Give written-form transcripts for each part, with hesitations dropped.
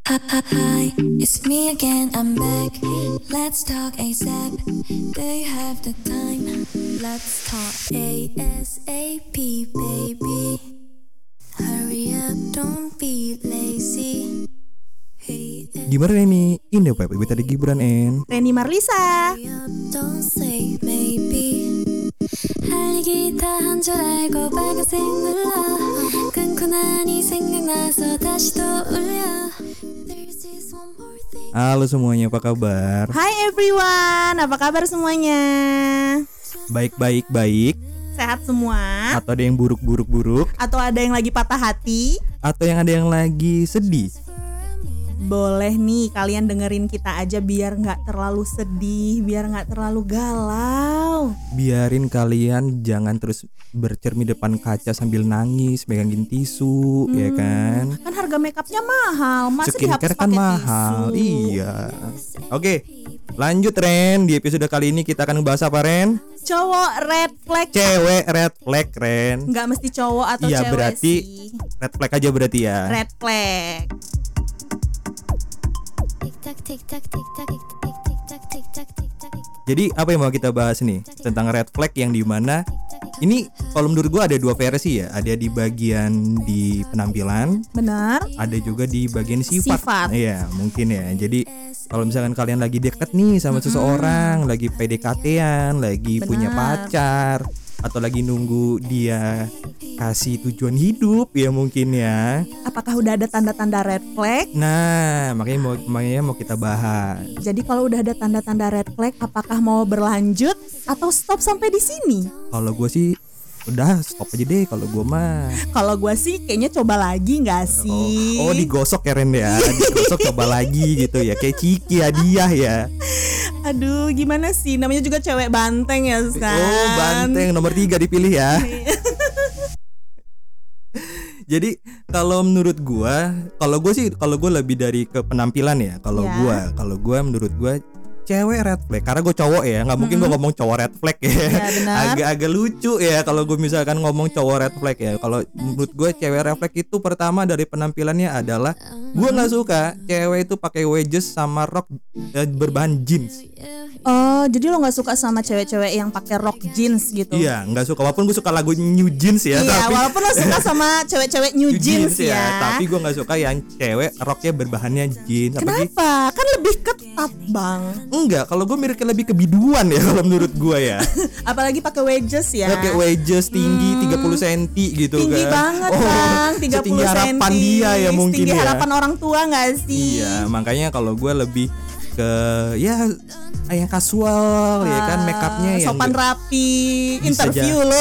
Hi, it's me again, I'm back. Let's talk ASAP. Do you have the time? Let's talk ASAP, baby. Hurry up, don't be lazy. Hey, Gimana nih? Ini Pak Ibu tadi Gibran Reni Marlisa. hurry up, don't say maybe. 할 얘기 다 한 줄 알고 빨간색 눌러 끊고 나니 생각나서 다시 또 울려. There's this one more thing. Halo semuanya, apa kabar? Hai everyone, apa kabar semuanya? Baik. Sehat semua? Atau ada yang buruk? Atau ada yang lagi patah hati? Atau yang ada yang lagi sedih? Boleh nih kalian dengerin kita aja biar gak terlalu sedih, biar gak terlalu galau. Biarin kalian jangan terus bercermin depan kaca sambil nangis, megangin tisu, ya kan? Kan harga makeupnya mahal, masa dihapus Skincare kan pakai mahal, tisu? iya. Oke, lanjut Ren. Di episode kali ini kita akan ngebahas apa Ren? Cowok red flag. Cewek red flag Ren. Gak mesti cowok atau Iya cewek berarti sih. red flag aja berarti ya. Red flag. Tik-tak, tik-tak, tik-tak, tik-tak, tik-tak, tik-tak, tik-tak, tik-tak. Jadi apa yang mau kita bahas nih tentang red flag yang dimana ini kalau menurut gue ada dua versi ya. Ada di bagian di penampilan, Benar? ada juga di bagian Sifat. sifat. Iya mungkin ya. Jadi kalau misalkan kalian lagi deket nih sama seseorang, lagi PDKT-an, lagi punya Benar. pacar, atau lagi nunggu dia kasih tujuan hidup ya mungkin ya. Apakah udah ada tanda-tanda red flag? Nah makanya mau kita bahas. Jadi kalau udah ada tanda-tanda red flag, apakah mau berlanjut atau stop sampai di sini? Kalau gue sih udah stop aja deh kalau gue mah. Kalau gue sih kayaknya coba lagi nggak sih? Oh digosok ya Ren ya. Digosok coba lagi gitu ya. Kayak ciki hadiah ya. Aduh, gimana sih? Namanya juga cewek banteng ya kan? Oh banteng nomor 3 dipilih ya. Jadi kalau menurut gua, kalau gue lebih dari ke penampilan ya. Kalau Ya. gua menurut gua cewek red flag. Karena gue cowok ya, nggak mungkin gue ngomong cowok red flag ya. Ya, benar. Agak-agak lucu ya kalau gue misalkan ngomong cowok red flag ya. Kalau menurut gue cewek red flag itu pertama dari penampilannya adalah gue nggak suka cewek itu pakai wedges sama rok berbahan jeans. Oh, jadi lo nggak suka sama cewek-cewek yang pakai rok jeans gitu? Iya, nggak suka. Walaupun gue suka lagu New Jeans ya, Iya, tapi walaupun lo suka sama cewek-cewek new jeans ya. Tapi gue nggak suka yang cewek roknya berbahannya jeans. Apalagi Kenapa? Kan lebih ketat, Bang. enggak, kalau gue miripnya lebih kebiduan ya kalau menurut gue ya. Apalagi pakai wedges ya. Pakai wedges tinggi 30 cm gitu Tinggi kan. banget Bang, 30 setinggi cm. harapan dia ya mungkin Tinggi ya. harapan orang tua gak sih? Iya, makanya kalau gue lebih ke ya yang kasual ya kan, make upnya yang sopan rapi, Bisa interview lo.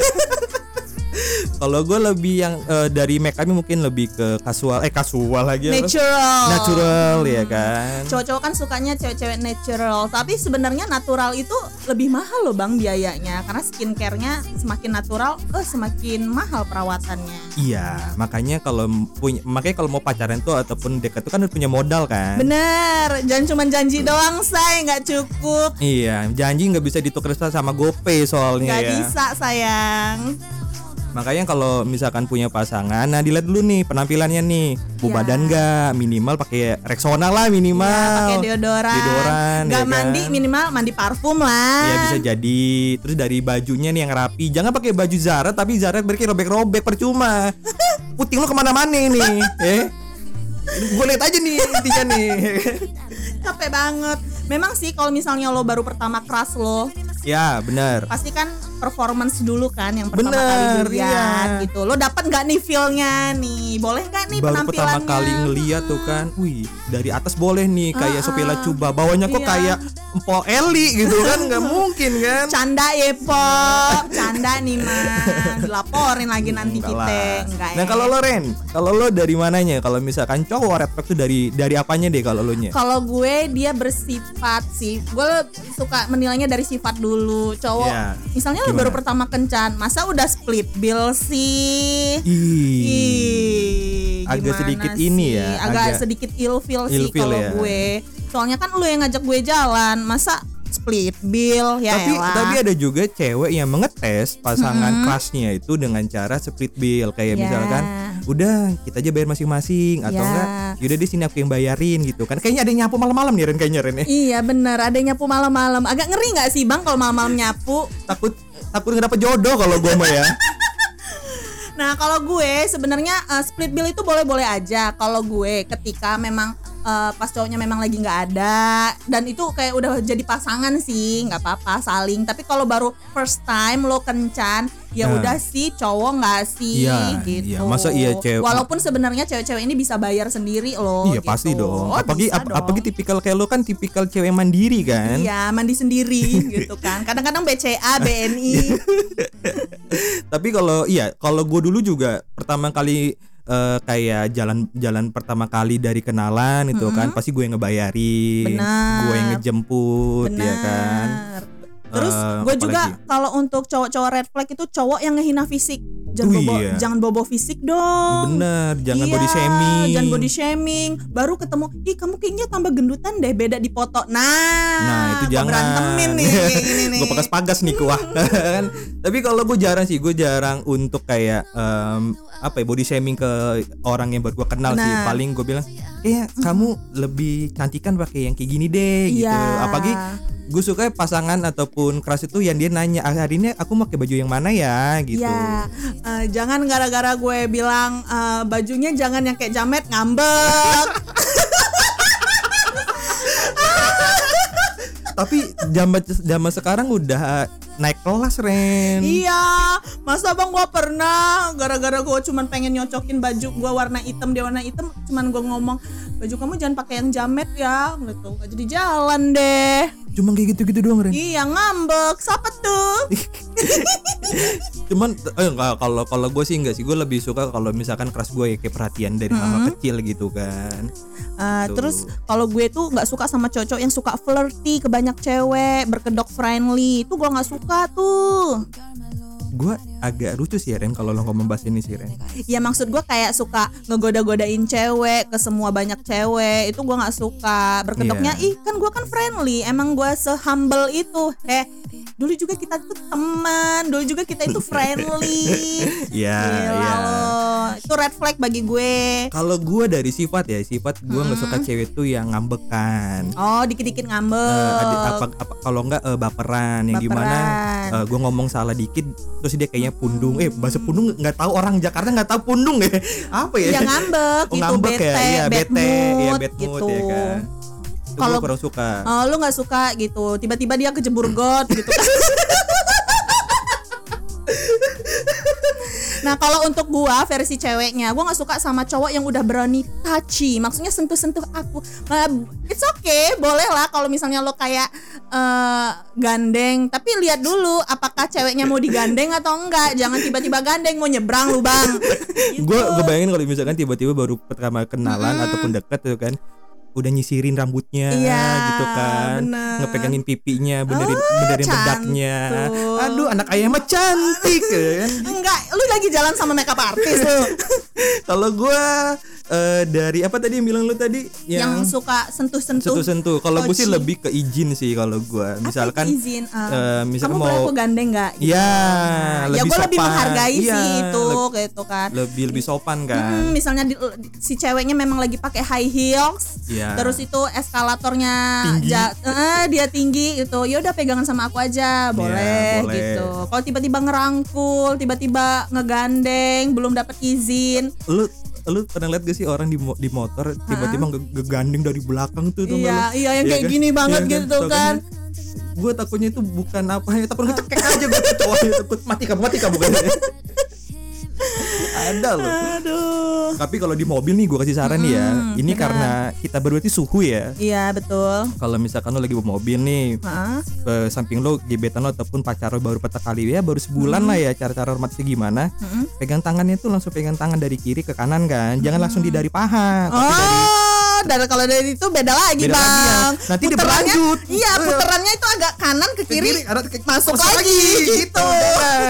kalau gue lebih yang dari make upnya mungkin lebih ke kasual lagi apa? Natural ya kan. Cowok-cowok kan sukanya cewek-cewek natural, tapi sebenarnya natural itu lebih mahal loh Bang biayanya, karena skincare-nya semakin natural, semakin mahal perawatannya. Iya, makanya kalau mau pacaran tuh ataupun dekat tuh kan harus punya modal kan. Bener, jangan cuma janji doang say, nggak cukup, Iya, janji nggak bisa ditukar sama GoPay soalnya nggak ya. bisa sayang. Makanya kalau misalkan punya pasangan, nah dilihat dulu nih penampilannya nih, Ya. badan nggak, minimal pakai Rexona lah minimal. Ya, pakai deodoran, nggak ya mandi kan? minimal mandi parfum lah. Ya bisa jadi. Terus dari bajunya nih yang rapi, jangan pakai baju Zara tapi Zara berarti robek-robek percuma. Puting lu kemana-mana ini, gue lihat aja nih intinya nih. Capek banget. Memang sih kalau misalnya lo baru pertama crush lo, Ya benar. pasti kan performance dulu kan yang pertama Bener, kali dilihat iya. gitu. Lo dapat nggak nih feel-nya nih? Boleh nggak nih Baru penampilannya? pertama kali ngeliat tuh kan, wih dari atas boleh nih kayak Sophia Lacuba, bawahnya kok Iya. kayak Empo Eli gitu kan, nggak mungkin kan? Canda ya Pop, canda nih mah. Dilaporin lagi nanti Enggak kita. lah. Enggak Nah ya. kalau lo Ren, kalau lo dari mananya? Kalau misalkan cowok red flag tuh dari apanya deh kalau lo nya? Kalau gue dia bersifat sih, gue suka menilainya dari sifat dulu. Cowok, Iya. misalnya lo Gimana? baru pertama kencan, masa udah split bill sih? Ih, agak Gimana sedikit sih? ini ya, agak agak sedikit ilfil sih ilfil kalau ya. gue. Soalnya kan lu yang ngajak gue jalan, masa split bill ya. Tapi ada juga cewek yang mengetes pasangan crushnya itu dengan cara split bill, kayak misalkan udah kita aja bayar masing-masing atau enggak yaudah di sini aku yang bayarin gitu kan. Kayaknya ada yang nyapu malam-malam nih Ren, kayaknya Ren ya. Iya bener, ada yang nyapu malam-malam. Agak ngeri nggak sih Bang kalau malam-malam nyapu? Takut nggak dapet jodoh kalau gue mah ya. Nah kalau gue sebenarnya split bill itu boleh-boleh aja kalau gue ketika memang pas cowoknya memang lagi nggak ada dan itu kayak udah jadi pasangan sih nggak apa-apa saling. Tapi kalau baru first time lo kencan ya udah sih cowok nggak sih gitu. Iya, masa iya cewek. Walaupun sebenarnya cewek-cewek ini bisa bayar sendiri loh. Iya gitu. pasti dong. Oh, apalagi tipikal kayak lo kan tipikal cewek mandiri kan. Iya mandi sendiri gitu kan. Kadang-kadang BCA, BNI. Tapi kalau gue dulu juga pertama kali kayak jalan pertama kali dari kenalan itu kan pasti gue yang ngebayarin, gue yang ngejemput. Ya kan. Terus gue juga kalau untuk cowok-cowok red flag itu cowok yang ngehina fisik. Jangan bobo fisik dong. Bener, jangan body shaming. Jangan body shaming. Baru ketemu, ih kamu kayaknya tambah gendutan deh, beda di foto. Nah itu jangan. Berantemin nih ini. Gue pagas nih kuah. Tapi kalau gue jarang untuk kayak body shaming ke orang yang baru gue kenal sih. Paling gue bilang, kamu lebih cantikan pakai yang kayak gini deh gitu. Apalagi gue suka pasangan ataupun crush itu yang dia nanya hari ini aku pakai baju yang mana ya gitu. Jangan gara-gara gue bilang bajunya jangan yang kayak jamet ngambek. Tapi zaman sekarang udah naik kelas Ren. Iya, masa Bang gua pernah gara-gara gua cuman pengen nyocokin baju gua warna hitam, dia warna hitam, cuman gua ngomong baju kamu jangan pakai yang jamet ya gitu. Gak jadi jalan deh. Cuma kayak gitu-gitu doang Ren. Iya ngambek, siapa tuh? Cuman kalau gue sih enggak sih, gue lebih suka kalau misalkan crush gue ya kayak perhatian dari hal kecil gitu kan. Terus kalau gue tuh nggak suka sama cowok yang suka flirty ke banyak cewek, berkedok friendly, itu gue nggak suka tuh. Gue agak lucu sih Ren kalau lo ngomong bahas ini sih Ren. Ya maksud gue kayak suka ngegoda-godain cewek ke semua banyak cewek, itu gue nggak suka. Berkedoknya kan gue kan friendly, emang gue se-humble itu. Dulu juga kita tuh teman, dulu juga kita itu friendly. Iya. Itu red flag bagi gue. Kalau gue dari sifat gue nggak suka cewek tuh yang ngambekan. Oh, dikit-dikit ngambek. Kalau nggak baperan yang gimana? Gue ngomong salah dikit, terus dia kayaknya pundung. Bahasa pundung nggak tahu, orang Jakarta nggak tahu pundung ya. Apa ya? Yang ngambek gitu, ngambek bad mood gitu. Ya kan. Kalau kurang suka. Lu nggak suka gitu, tiba-tiba dia kejebur got gitu kan. Nah kalau untuk gua versi ceweknya, gua nggak suka sama cowok yang udah berani touchy, maksudnya sentuh-sentuh aku. It's okay, boleh lah kalau misalnya lo kayak gandeng, tapi lihat dulu apakah ceweknya mau digandeng atau enggak. Jangan tiba-tiba gandeng mau nyebrang lu Bang. Gitu. Gua bayangin kalau misalkan tiba-tiba baru pertama kenalan ataupun dekat tuh kan, udah nyisirin rambutnya gitu kan, ngepegangin pipinya, benerin bedaknya. Aduh, anak ayah mah cantik kan. Enggak, lu lagi jalan sama makeup artist lu. Kalau gua dari apa tadi yang bilang lu tadi yang suka sentuh-sentuh. Kalau gue sih lebih ke izin sih kalau gue. Misalkan izin, misalkan kamu mau boleh aku gandeng enggak? Gitu. Ya gue lebih menghargai sih itu gitu kan. Lebih sopan kan. Misalnya si ceweknya memang lagi pakai high heels, terus itu eskalatornya dia tinggi gitu. Ya udah pegangan sama aku aja, boleh. Gitu. Kalau tiba-tiba ngerangkul, tiba-tiba ngegandeng, belum dapat izin. Lu pernah lihat gak sih orang di motor tiba-tiba ngegandeng dari belakang tuh? Iya yang kayak kan? Gini banget gitu kan. Gue takutnya itu bukan apa ya, takut ngecekek aja gue tuh cowoknya, takut mati kamu bukan. Ada loh. Aduh. Tapi kalau di mobil nih gue kasih saran nih ya. Ini karena kita berdua itu suhu ya. Iya betul. Kalau misalkan lo lagi bawa mobil nih, ke samping lo gebetan lo ataupun pacar lo baru pertama kali ya, baru sebulan lah ya, cara-cara romantisnya gimana? Pegang tangannya tuh langsung pegang tangan dari kiri ke kanan kan, jangan langsung dari paha. Kalau dari itu beda lagi Bang. Ya. Nanti berlanjut. Iya, puterannya itu agak kanan ke kiri masuk lagi gitu.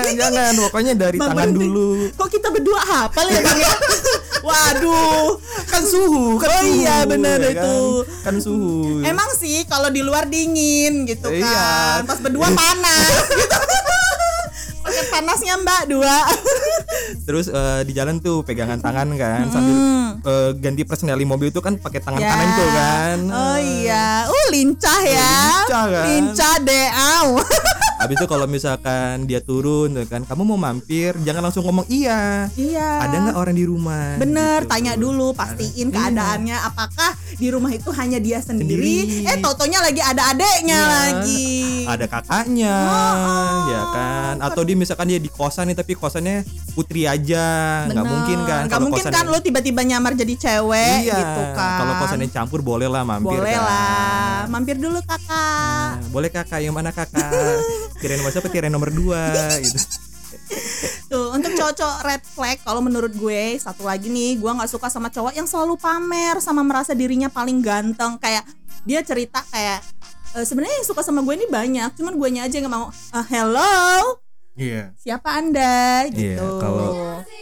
Jangan, pokoknya dari tangan dulu. Kok kita berdua hafal ya Bang ya? Waduh, kan kan suhu, kan Oh suhu, iya, bener ya itu. kan suhu. Emang sih kalau di luar dingin gitu Iya. kan. Pas berdua panas gitu. Pakai panasnya Mbak dua. Terus di jalan tuh pegangan tangan kan sambil ganti persnelli mobil itu kan pakai tangan Ya. kanan tuh kan. Oh iya. Lincah ya. Lincah kan. Lincah deau. Habis itu kalau misalkan dia turun tuh kan, kamu mau mampir, jangan langsung ngomong iya. Iya. Ada nggak orang di rumah? Bener, Gitu. tanya dulu, pastiin keadaannya. Apakah di rumah itu hanya dia sendiri? Sendiri. Totonya lagi ada adeknya Iya. lagi. Ada kakaknya, Oh. ya kan? Atau dia misalkan dia di kosan nih, tapi kosannya putri aja, nggak Bener. mungkin kan? Nggak Kalau mungkin kan kosannya- lo tiba-tiba nyamar jadi cewek Iya. gitu kan. Kalau kosannya campur boleh lah mampir. boleh kan? lah, mampir dulu kakak. Nah, boleh kakak, yang mana kakak? Tirai nomor siapa? Tirai nomor 2 gitu. Tuh, untuk cowok-cowok red flag kalau menurut gue, satu lagi nih, gue nggak suka sama cowok yang selalu pamer sama merasa dirinya paling ganteng. Kayak dia cerita kayak sebenarnya yang suka sama gue ini banyak, cuman guenya aja yang nggak mau. Hello, Iya. siapa anda? Gitu. Iya, kalau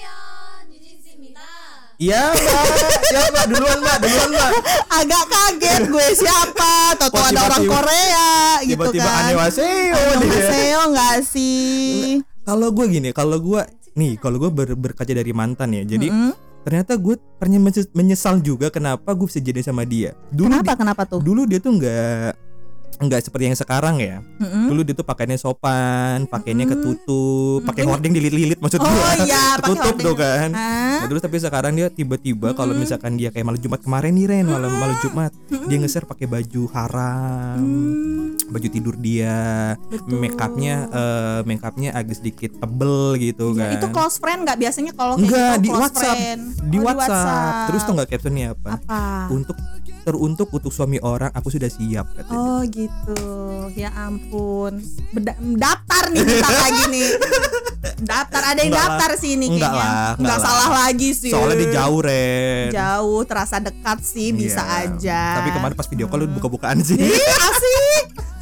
Iya mbak, ya mbak, duluan mbak. Agak kaget gue siapa, atau Oh, ada orang tiba-tiba- Korea gitu Tiba-tiba kan. annyeonghaseyo dia. Annyeonghaseyo nggak sih? Kalau gue gini, kalau gue berkaca dari mantan ya, jadi ternyata gue menyesal juga kenapa gue bisa jadi sama dia. Kenapa tuh? Dulu dia tuh nggak seperti yang sekarang ya. Dulu dia tuh pakainya sopan, pakainya ketutup, pakai hording dililit-lilit maksud Oh gue. iya, pakai Ketutup tuh hording. kan. Hah? Nah, terus tapi sekarang dia tiba-tiba kalau misalkan dia kayak malam Jumat kemarin nih Ren, malam Jumat, dia nge-share pakai baju haram. Baju tidur dia, makeupnya agak sedikit tebel gitu Ya, kan. itu close friend nggak biasanya kalau kayak Enggak, gitu di close WhatsApp. friend. Di Oh, WhatsApp. Terus tau nggak captionnya apa? Apa? Teruntuk untuk suami orang, aku sudah siap katanya. Oh gitu, ya ampun. Daftar nih bentar lagi nih. Daftar, ada yang Enggak daftar lah. sih ini Enggak kayaknya. lah, Enggak enggak salah lah. lagi sih. Soalnya dia jauh Ren. Jauh, terasa dekat sih, bisa Iya. aja. Tapi kemarin pas video call lu buka-bukaan sih. Ih, asik.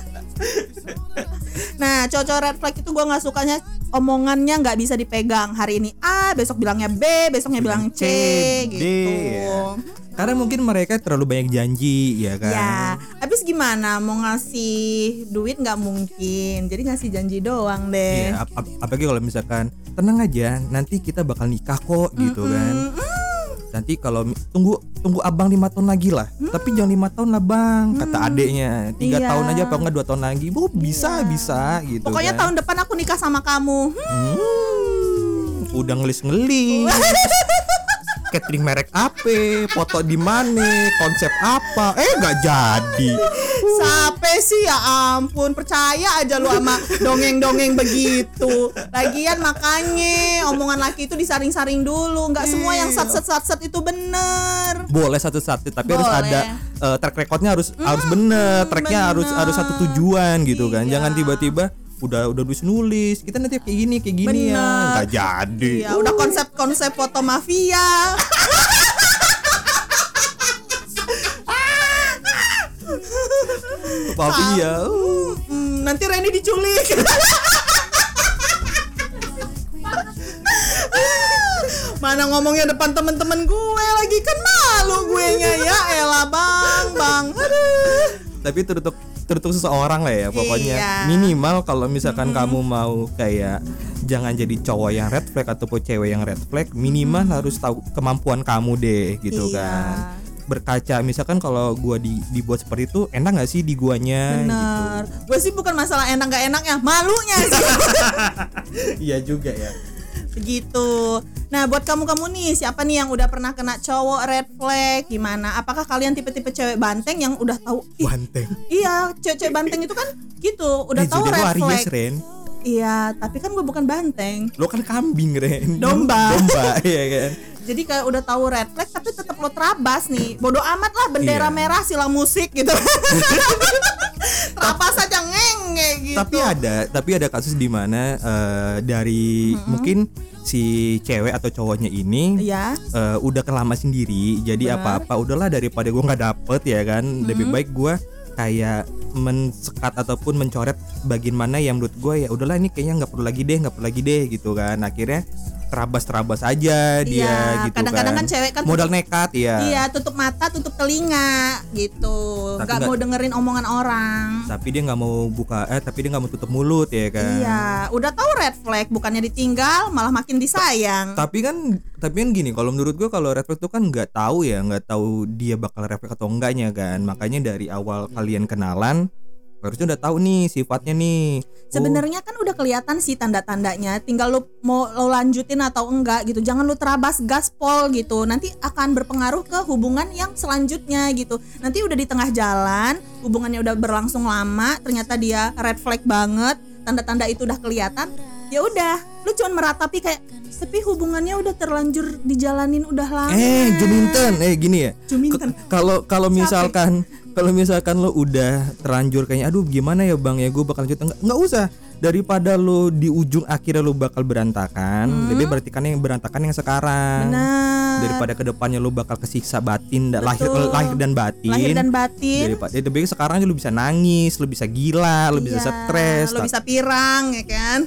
Nah, cowok red flag itu gue nggak sukanya omongannya nggak bisa dipegang. Hari ini A, besok bilangnya B, besoknya bilang C, D, gitu. ya. Karena mungkin mereka terlalu banyak janji, ya kan? Ya, habis gimana mau ngasih duit nggak mungkin. Jadi ngasih janji doang deh. Iya, apalagi kalau misalkan tenang aja, nanti kita bakal nikah kok gitu kan. Nanti kalau tunggu abang 5 tahun lagi lah. Tapi jangan 5 tahun lah bang, kata adeknya. 3 Iya. tahun aja apa enggak 2 tahun lagi. Bu, bisa gitu. Pokoknya kan. tahun depan aku nikah sama kamu. Udah ngelis. Catering merek apa, foto di mana, konsep apa, nggak jadi. Sampai sih ya ampun, percaya aja lu sama dongeng-dongeng begitu. Lagian makanya omongan laki itu disaring-saring dulu. Nggak semua yang sat-sat itu bener. Boleh satu-satu, tapi harus Boleh. ada track recordnya harus bener, tracknya bener. harus satu tujuan gitu kan. Iya. Jangan tiba-tiba udah nulis kita nanti kayak gini Bener. ya, nggak jadi. Ya udah konsep foto mafia. Mafia. Nanti Reni diculik. Mana ngomongnya depan temen-temen gue lagi, kan malu gue nya. Ya elah bang. Aduh. Tapi teruntuk seseorang lah ya pokoknya. Iya. Minimal kalau misalkan kamu mau kayak jangan jadi cowok yang red flag ataupun cewek yang red flag, minimal harus tahu kemampuan kamu deh gitu Iya. kan. Berkaca misalkan kalau gua dibuat seperti itu, enak nggak sih di guanya? Bener. Gue sih bukan masalah enak gak enaknya, malunya sih. Iya juga ya. Begitu. Nah, buat kamu-kamu nih, siapa nih yang udah pernah kena cowok red flag? Gimana? Apakah kalian tipe-tipe cewek banteng yang udah tahu? Banteng. Iya, cewek-cewek banteng itu kan gitu, udah tahu zodiak lu red Aries, flag. Ren. Iya, tapi kan gue bukan banteng. Lo kan kambing, Ren. Domba. Iya kan. Jadi kayak udah tahu red flag tapi tetap lo terabas nih. Bodoh amat lah, bendera Iya. merah silang musik gitu. Terabas aja ngenge gitu. Tapi ada kasus di mana dari mungkin si cewek atau cowoknya ini Iya. udah kelama sendiri, jadi Benar. apa-apa udahlah daripada gue nggak dapet ya kan, lebih baik gue kayak mensekat ataupun mencoret bagian mana yang menurut gue ya udahlah ini kayaknya nggak perlu lagi deh gitu kan. Akhirnya terabas-terabas aja dia Iya, gitu kadang-kadang kan cewek kan modal nekat ya. Iya, tutup mata, tutup telinga gitu. Tapi Nggak mau dengerin omongan orang. Tapi dia nggak mau tapi dia nggak mau tutup mulut ya kan. Iya, udah tahu red flag, bukannya ditinggal malah makin disayang. Tapi kan gini, kalau menurut gue kalau red flag tuh kan nggak tahu dia bakal red flag atau enggaknya kan. Makanya dari awal kalian kenalan harusnya udah tahu nih sifatnya nih. Sebenarnya kan udah kelihatan sih tanda-tandanya, tinggal lu mau lo lanjutin atau enggak gitu. Jangan lu terabas gaspol gitu. Nanti akan berpengaruh ke hubungan yang selanjutnya gitu. Nanti udah di tengah jalan, hubungannya udah berlangsung lama, ternyata dia red flag banget, tanda-tanda itu udah kelihatan. Ya udah, lu cuma meratapi kayak tapi hubungannya udah terlanjur dijalanin udah lama. Juminten, gini ya. Juminten. Kalau misalkan lo udah terlanjur kayaknya aduh gimana ya bang ya gue bakal lanjut nggak usah, daripada lo di ujung akhirnya lo bakal berantakan, lebih berarti kan yang berantakan yang sekarang. Benar. Daripada kedepannya lo bakal kesiksa batin lahir dan batin. Daripada lebih sekarang lo bisa nangis, lo bisa gila, lo bisa stres, lo bisa pirang ya kan.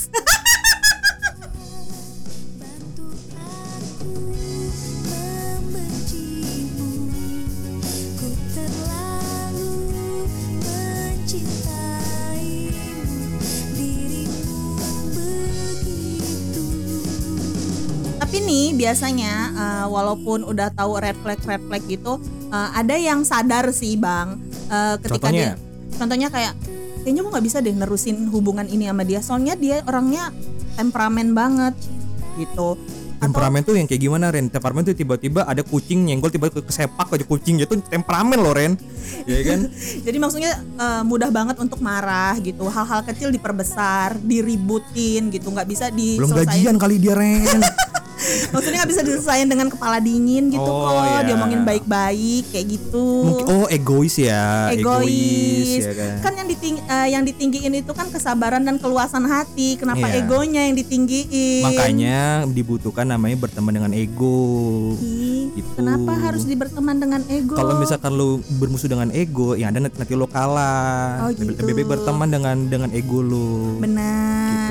Tapi nih biasanya walaupun udah tahu red flag gitu, ada yang sadar sih bang, ketika contohnya kayak kayaknya gue nggak bisa deh nerusin hubungan ini sama dia, soalnya dia orangnya temperamen banget gitu. Temperamen tuh yang kayak gimana Ren? Temperamen tuh tiba-tiba ada kucing nyenggol tiba-tiba kesepak aja kucing, itu temperamen loh Ren. Ya kan? Jadi maksudnya mudah banget untuk marah gitu, hal-hal kecil diperbesar, diributin gitu, nggak bisa diselesain. Belum gajian kali dia Ren. Maksudnya nggak bisa diselesain dengan kepala dingin gitu kok, diomongin baik-baik kayak gitu. Egois ya. Egois ya kan yang ditinggiin itu kan kesabaran dan keluasan hati. Kenapa egonya yang ditinggiin? Makanya dibutuhkan namanya berteman dengan ego. Gitu. Kenapa harus berteman dengan ego? Kalau misalkan lo bermusuh dengan ego, ya ada nanti lo kalah. Gitu. Lebih baik berteman dengan ego lo. Benar. Gitu.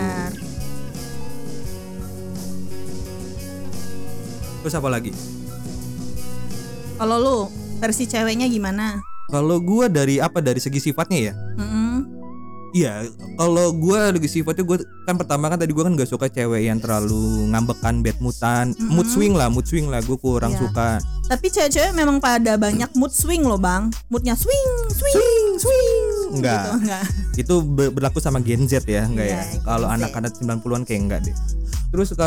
Terus apa lagi? Kalau lu versi ceweknya gimana? Kalau gue dari segi sifatnya ya. Iya, kalau gue dari sifatnya gue kan pertama kan tadi gue kan nggak suka cewek yang terlalu ngambekan bad moodan, mood swing lah gue kurang suka. Tapi cewek-cewek memang pada banyak mood swing loh bang, moodnya swing. Enggak. Gitu, enggak. Itu berlaku sama Gen Z ya, enggak ya? Kalau anak-anak 90-an kayak enggak deh. Terus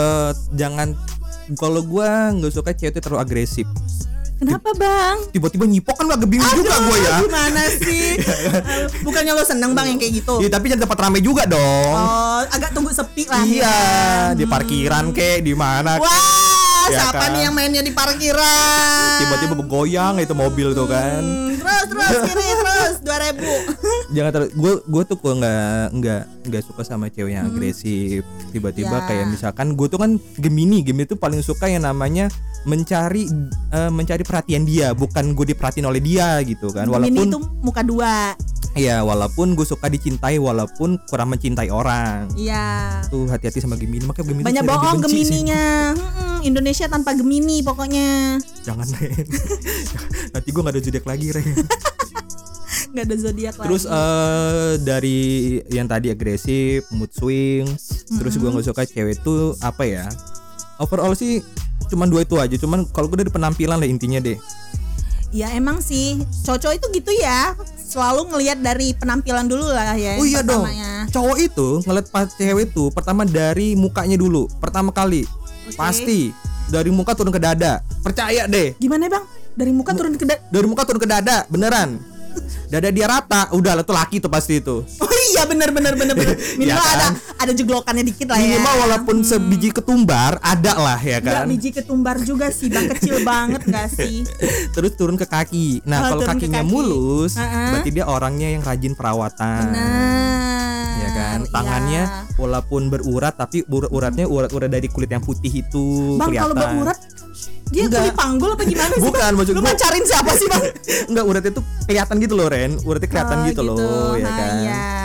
kalau gue nggak suka cewek itu terlalu agresif. Kenapa bang? Tiba-tiba nyipok kan agak bingung juga gue ya. Gimana sih? Bukannya lo seneng bang yang kayak gitu? Iya tapi jangan tempat rame juga dong. Oh, agak tunggu sepi lah. Iya, di parkiran kek di mana? Wah, ya siapa kan? nih yang mainnya di parkiran? Tiba-tiba bergoyang itu mobil tuh kan. Terus kiri terus 2000. Jangan gue tuh nggak suka sama cewek yang agresif. Tiba-tiba kayak misalkan gue tuh kan Gemini tuh paling suka yang namanya mencari perhatian dia, bukan gue diperhatiin oleh dia gitu kan. Walaupun Gemini itu muka dua. Iya, walaupun gue suka dicintai walaupun kurang mencintai orang. Iya. Tuh hati-hati sama Gemini, makanya Gemini banyak bohong Gemininya. Indonesia tanpa Gemini pokoknya. Jangan Ren. Nanti gue nggak ada zodiak lagi Ren. Nggak ada zodiak lagi. Terus dari yang tadi agresif, mood swing, terus gue nggak suka cewek tuh apa ya? Overall sih cuman 2 itu aja. Cuman kalau gue dari penampilan lah intinya deh. Ya emang sih cowok itu gitu ya, selalu ngelihat dari penampilan dulu lah ya. Oh iya dong. Pertamanya. Cowok itu ngeliat cewek itu pertama dari mukanya dulu. Pertama kali pasti dari muka turun ke dada. Percaya deh. Gimana bang? Dari muka turun ke dada? Dari muka turun ke dada, beneran. Dada dia rata, udah lah tuh laki tuh pasti itu. Oh iya benar. Minimal Ya kan? ada jeglokannya dikit lah ya. Minimal walaupun sebiji ketumbar ada lah ya kan. Enggak biji ketumbar juga sih bang, kecil banget nggak sih? Terus turun ke kaki. Nah kalau turun ke kakinya kaki. mulus, berarti dia orangnya yang rajin perawatan. Nah, Ya kan, tangannya walaupun berurat tapi uratnya urat dari kulit yang putih itu bang, kelihatan. kalau berurat dia Enggak. kulit panggul apa gimana sih? Bukan, Bang? maksud Lu gua- pacarin siapa sih bang? Enggak, uratnya tuh kelihatan gitu loh Ren. Uratnya kelihatan gitu loh, ya Nah, kan. iya.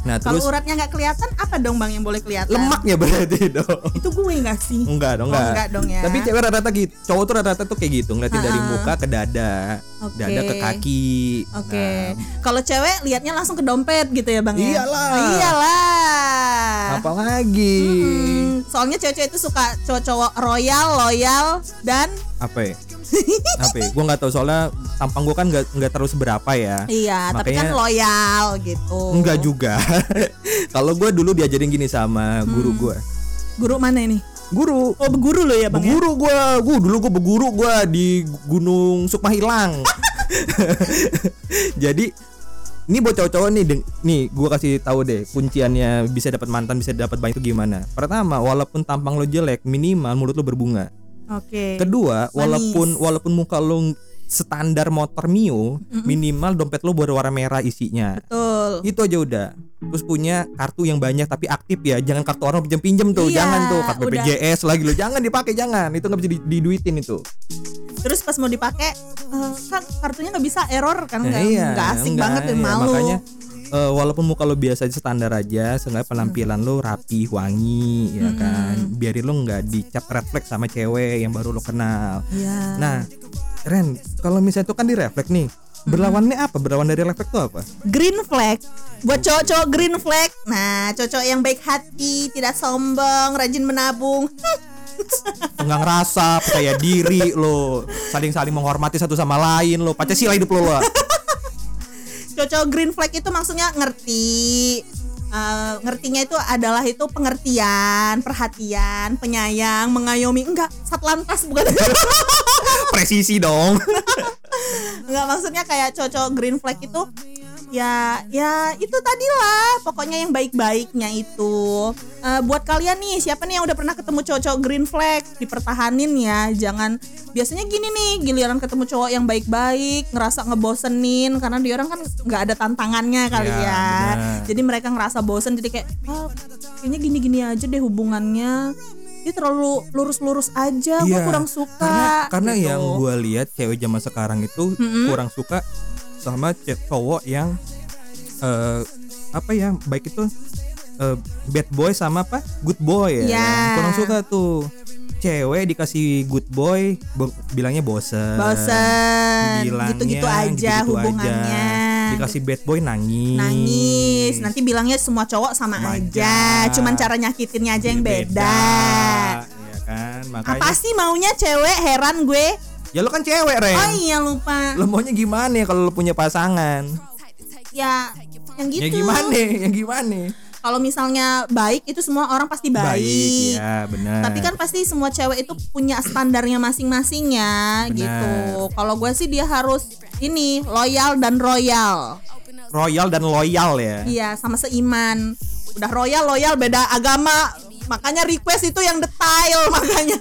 Nah Kalau terus uratnya nggak kelihatan, apa dong bang yang boleh kelihatan? lemaknya berarti dong. Itu gue nggak sih? Enggak dong, Oh, enggak dong ya. Tapi cewek rata-rata gitu, cowok tuh rata-rata tuh kayak gitu, ngeliatin dari muka ke dada, Oke. dada ke kaki. Oke. Nah, Kalau cewek liatnya langsung ke dompet gitu ya bang ya? Iyalah. Iyalah. apalagi Soalnya cewek-cewek itu suka cowok-cowok royal, loyal, dan apa ya? Apa ya? Gue nggak tahu soalnya tampang gue kan nggak terlalu seberapa ya. iya, tapi kan Makanya- loyal gitu. Enggak juga. Kalau gue dulu diajarin gini sama guru gue. Guru mana ini? Guru. Oh, beguru lo ya bang ya? Beguru gue dulu gue beguru gue di Gunung Sukma Hilang. Jadi ini buat cowok-cowok nih gue kasih tahu deh kunciannya bisa dapat mantan, bisa dapat banyak itu gimana. Pertama, walaupun tampang lo jelek, minimal mulut lo berbunga. Oke. Kedua, Manis. walaupun muka lo standar motor Mio, minimal dompet lo berwarna merah isinya. Betul. Itu aja udah. Terus punya kartu yang banyak tapi aktif ya. Jangan kartu orang pinjem-pinjem tuh, Iya, jangan tuh. Kartu udah. BPJS lagi lo, jangan dipakai, jangan. Itu nggak bisa diduitin itu. Terus pas mau dipakai, kan kartunya nggak bisa error kan? Nah, Nggak asik enggak, banget dan iya. malu. Makanya walaupun muka lo biasa standar aja, seenggaknya penampilan lo rapi, wangi, ya kan. Biarin lo nggak dicap red flag sama cewek yang baru lo kenal. Iya. Nah, Ren, kalau misalnya itu kan di refleks nih, berlawannya apa? Berlawan dari refleks itu apa? Green flag. Buat cowok-cowok green flag. Nah, cowok yang baik hati, tidak sombong, rajin menabung. Nggak ngerasa, percaya diri lo, saling menghormati satu sama lain lo, Pancasila hidup lo. Cowok green flag itu maksudnya ngerti. Ngertinya itu adalah itu pengertian, perhatian, penyayang, mengayomi. Enggak, satlantas bukan. Presisi dong. Enggak, maksudnya kayak cowok green flag itu ya itu tadi lah, pokoknya yang baik-baiknya itu. Buat kalian nih, siapa nih yang udah pernah ketemu cowok green flag, dipertahanin ya. Jangan, biasanya gini nih, giliran ketemu cowok yang baik-baik ngerasa ngebosenin karena dia orang kan nggak ada tantangannya kali Ya, ya. benar. Jadi mereka ngerasa bosen, jadi kayak kayaknya gini-gini aja deh hubungannya. Dia terlalu lurus-lurus aja, gue kurang suka. Karena gitu. yang gue lihat cewek zaman sekarang itu kurang suka sama cowok yang apa ya, baik itu bad boy sama apa good boy ya. Ya. Kan? Kurang suka tuh. Cewek dikasih good boy bilangnya bosen. Bilangnya gitu-gitu aja hubungannya. Dikasih bad boy Nangis. Nanti bilangnya semua cowok sama aja. Cuman cara nyakitinnya aja yang beda. Ya kan? Makanya Apa sih maunya cewek? Heran gue. ya lo kan cewek, Ren. Oh iya, lupa. Lo maunya gimana ya kalau lo punya pasangan? Ya yang gitu. Ya gimana? Yang gimana? Kalau misalnya baik, itu semua orang pasti baik. ya benar. Tapi kan pasti semua cewek itu punya standarnya masing-masing ya. Benar. Gitu. Kalau gue sih dia harus ini loyal dan royal. royal dan loyal ya. Iya, sama seiman. Udah royal, loyal, beda agama. Makanya request itu yang detail makanya.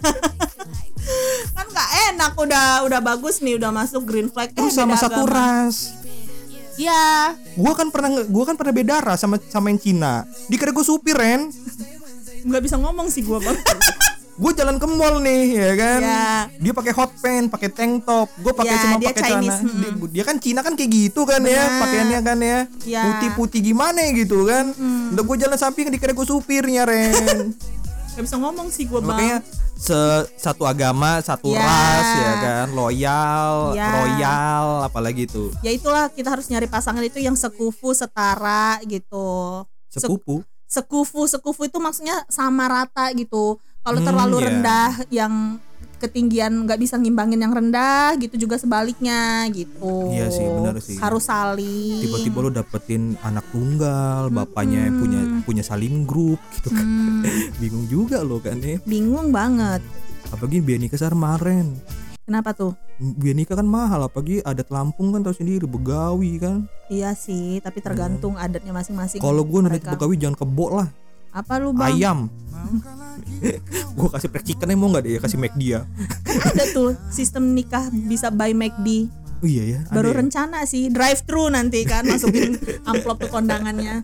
Kan gak enak, udah bagus nih, udah masuk green flag. Terus sama beda satu agama. ras. Iya. Gua kan pernah beda ras sama yang Cina. Dikira gue supir, Ren. Nggak bisa ngomong sih gue bang. Gue jalan ke mall nih, ya kan. Ya. Dia pakai hot pants, pakai tank top. Gue pakai Ya, cuma dia pakai celana. Chinese, Dia kan Cina kan kayak gitu kan ya, Benar. pakaiannya kan ya. Ya. Putih-putih gimana gitu kan. Udah gue jalan samping dikira gue supirnya, Ren. Nggak bisa ngomong sih gue bang. Makanya satu agama, satu Ya. ras ya kan, loyal, Ya. royal, apalagi itu. Ya itulah, kita harus nyari pasangan itu yang sekufu, setara gitu. Sepupu. Sekufu itu maksudnya sama rata gitu. Kalau terlalu iya. rendah, yang ketinggian nggak bisa ngimbangin yang rendah gitu, juga sebaliknya gitu. Iya sih, benar sih. Harus saling. Tiba-tiba lo dapetin anak tunggal, bapaknya punya saling grup gitu kan. Bingung juga lo kan ya. Bingung banget. Apalagi biaya nikah kemarin. Kenapa tuh? Biaya nikah kan mahal, apalagi adat Lampung kan tahu sendiri, Begawi kan. Iya sih, tapi tergantung adatnya masing-masing. Kalau gue nulis mereka. Begawi jangan kebo lah. Apa lu bang? Ayam. Gue kasih fried chicken, mau nggak deh ya kasih McD ya. Kan ada tuh sistem nikah bisa by McD. Oh iya ya. Baru ada ya? rencana sih, drive thru nanti kan masukin amplop ke kondangannya.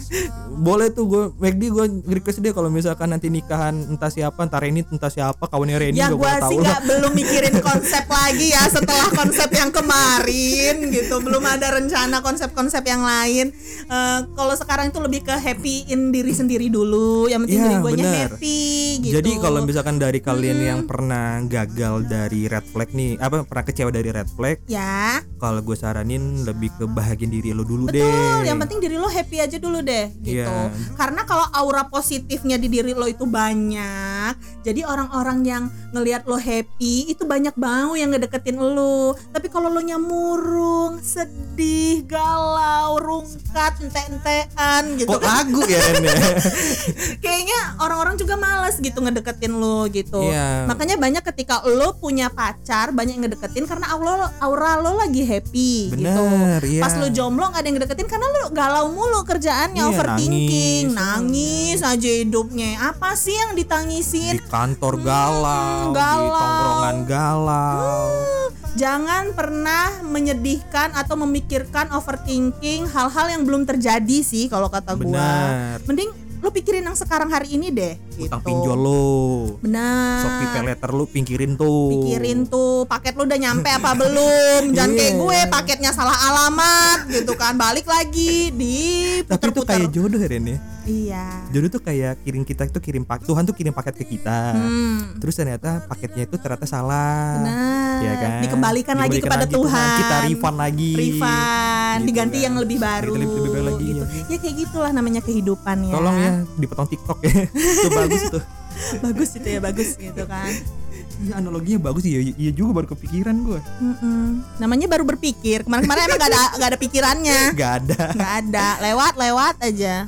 Boleh tuh gue request dia kalau misalkan nanti nikahan entah siapa, entah Reni entah siapa kawannya Reni Ya gue gue tahu sih nggak belum mikirin konsep lagi ya setelah konsep yang kemarin gitu, belum ada rencana konsep-konsep yang lain. Kalau sekarang itu lebih ke happy-in diri sendiri dulu, yang penting diri guanya happy gitu. Jadi kalau misalkan dari kalian yang pernah gagal dari red flag nih, pernah kecewa dari red flag ya, kalau gue saranin lebih ke bahagiin diri lo dulu betul, deh. yang penting diri lo happy aja dulu deh gitu. Iya. Karena kalau aura positifnya di diri lo itu banyak, jadi orang-orang yang ngelihat lo happy itu banyak banget yang ngedeketin lo. Tapi kalau lo nya murung, sedih, galau, rungkat, ente-entean gitu Kok kan, lagu ya Ren ya? kayaknya orang-orang juga males gitu ngedeketin lo gitu. Iya. Makanya banyak ketika lo punya pacar banyak yang ngedeketin karena aura lo lagi happy gitu. Bener, iya. Pas lo jomblo gak ada yang ngedeketin karena lo galau mulu kerjaannya, Iya, overthinking, nangis aja hidupnya. Apa sih yang ditangisin? Di kantor galau, di galau. tongkrongan galau. Jangan pernah menyedihkan atau memikirkan overthinking hal-hal yang belum terjadi sih kalau kata gua. Benar. Mending lu pikirin yang sekarang hari ini deh Utang gitu. pinjol lo. Benar. Shopee Paylater lu pikirin tuh. Pikirin tuh paket lu udah nyampe apa belum. Jangan kayak gue paketnya salah alamat gitu kan, balik lagi di Tapi itu kayak jodoh ya Ren ya. Iya. Jodoh tuh kayak kirim paket, Tuhan tuh kirim paket ke kita. Terus ternyata paketnya itu ternyata salah. Benar. Ya kan? Dikembalikan lagi kepada Tuhan. Kita refund lagi. Refund, Gitu diganti kan. yang lebih baru. Lebih baru lagi, gitu. ya. Ya kayak gitulah namanya kehidupan ya. Tolong ya dipotong TikTok ya. Itu bagus tuh. Bagus itu ya, bagus gitu kan. Iya, analoginya bagus ya. Iya juga baru kepikiran gue. Namanya baru berpikir. Kemarin-kemarin emang gak ada pikirannya. Gak ada. Gak ada. Lewat aja.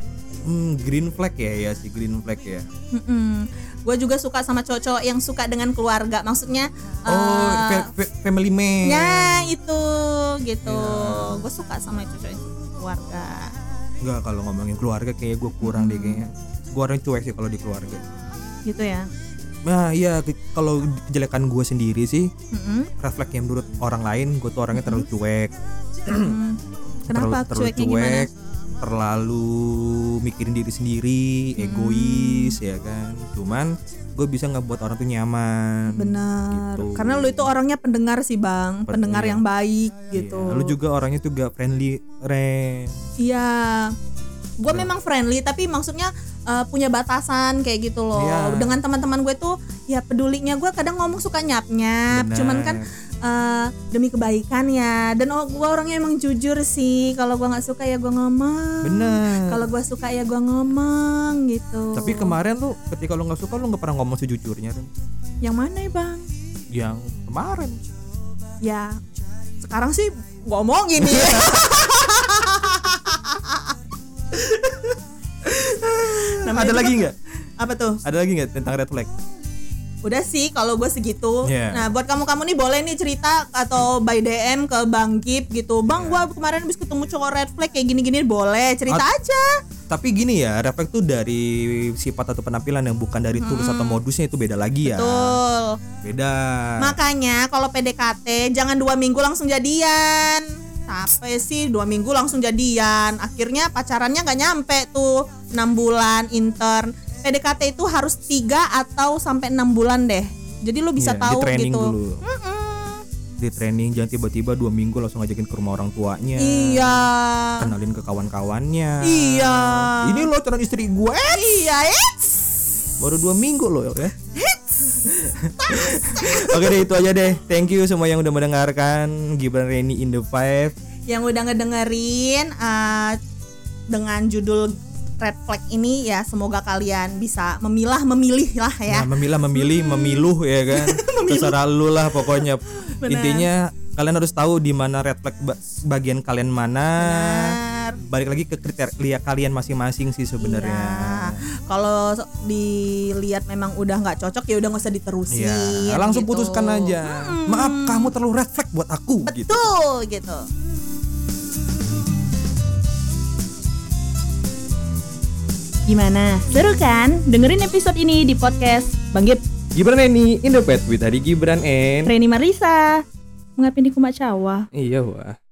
Green flag ya si green flag ya. Gue juga suka sama cowok-cowok yang suka dengan keluarga. Maksudnya Family man. ya itu gitu. Gue suka sama cowok yang keluarga. Enggak, kalau ngomongin keluarga kayaknya gue kurang deh kayaknya. Gue orang cuek sih kalau di keluarga. Gitu ya. Nah iya, kalau kejelekan gue sendiri sih refleks yang menurut orang lain gue tuh orangnya terlalu cuek. Kenapa terlalu cueknya cuek, gimana? terlalu mikirin diri sendiri, egois ya kan. Cuman gue bisa ngebuat orang tuh nyaman. Benar. Gitu. Karena lu itu orangnya pendengar sih bang, pendengar yang baik gitu. Iya. Lu juga orangnya tuh gak friendly, Ren. Iya. Gue memang friendly tapi maksudnya punya batasan kayak gitu loh. Iya. Dengan teman-teman gue tuh ya pedulinya gue kadang ngomong suka nyap-nyap. Benar. Cuman kan demi kebaikan ya. Dan gue orangnya emang jujur sih. Kalau gue nggak suka ya gue ngomong. Bener. Kalau gue suka ya gue ngomong gitu. Tapi kemarin lu ketika lu nggak suka lu nggak pernah ngomong sejujurnya, Ren. Yang mana ya bang? Yang kemarin. Ya sekarang sih ngomongin nih. Ada lagi nggak? Apa tuh? Ada lagi nggak tentang red flag? Udah sih kalau gue segitu. Yeah. Nah buat kamu nih boleh nih cerita atau by DM ke Bang Gip gitu. Bang gue kemarin habis ketemu cowok red flag kayak gini-gini, boleh cerita aja. Tapi gini ya, red flag tuh dari sifat atau penampilan yang bukan dari tulus atau modusnya itu beda lagi ya. Betul. Beda. Makanya kalau PDKT jangan 2 minggu langsung jadian. Sampai sih 2 minggu langsung jadian. Akhirnya pacarannya gak nyampe tuh 6 bulan intern. PDKT itu harus 3 atau sampai 6 bulan deh. Jadi lu bisa tahu di training gitu. Dulu. Di training, jangan tiba-tiba 2 minggu langsung ngajakin ke rumah orang tuanya. Iya. Kenalin ke kawan-kawannya. Iya. Ini lo calon istri gue. Iya, Baru 2 minggu loh ya. Oke deh, itu aja deh. Thank you semua yang udah mendengarkan Gibran Reni in the Five. Yang udah ngedengerin dengan judul red flag ini ya, semoga kalian bisa memilih lah ya. Nah, memiluh ya kan. Terserah lu lah pokoknya. Bener. Intinya kalian harus tahu di mana red flag bagian kalian mana. Benar. Balik lagi ke kriteria kalian masing-masing sih sebenarnya. Iya. Kalau dilihat memang udah nggak cocok ya udah nggak usah diterusin. Iya, langsung gitu. putuskan aja. Maaf, kamu terlalu red flag buat aku. Gitu. Betul gitu. Gimana? Seru kan? Dengerin episode ini di podcast Bang Gip, Gibran Reni in the Five with Adi Gibran and Reni Marisa. Mengapini kumacawa. Iya wah.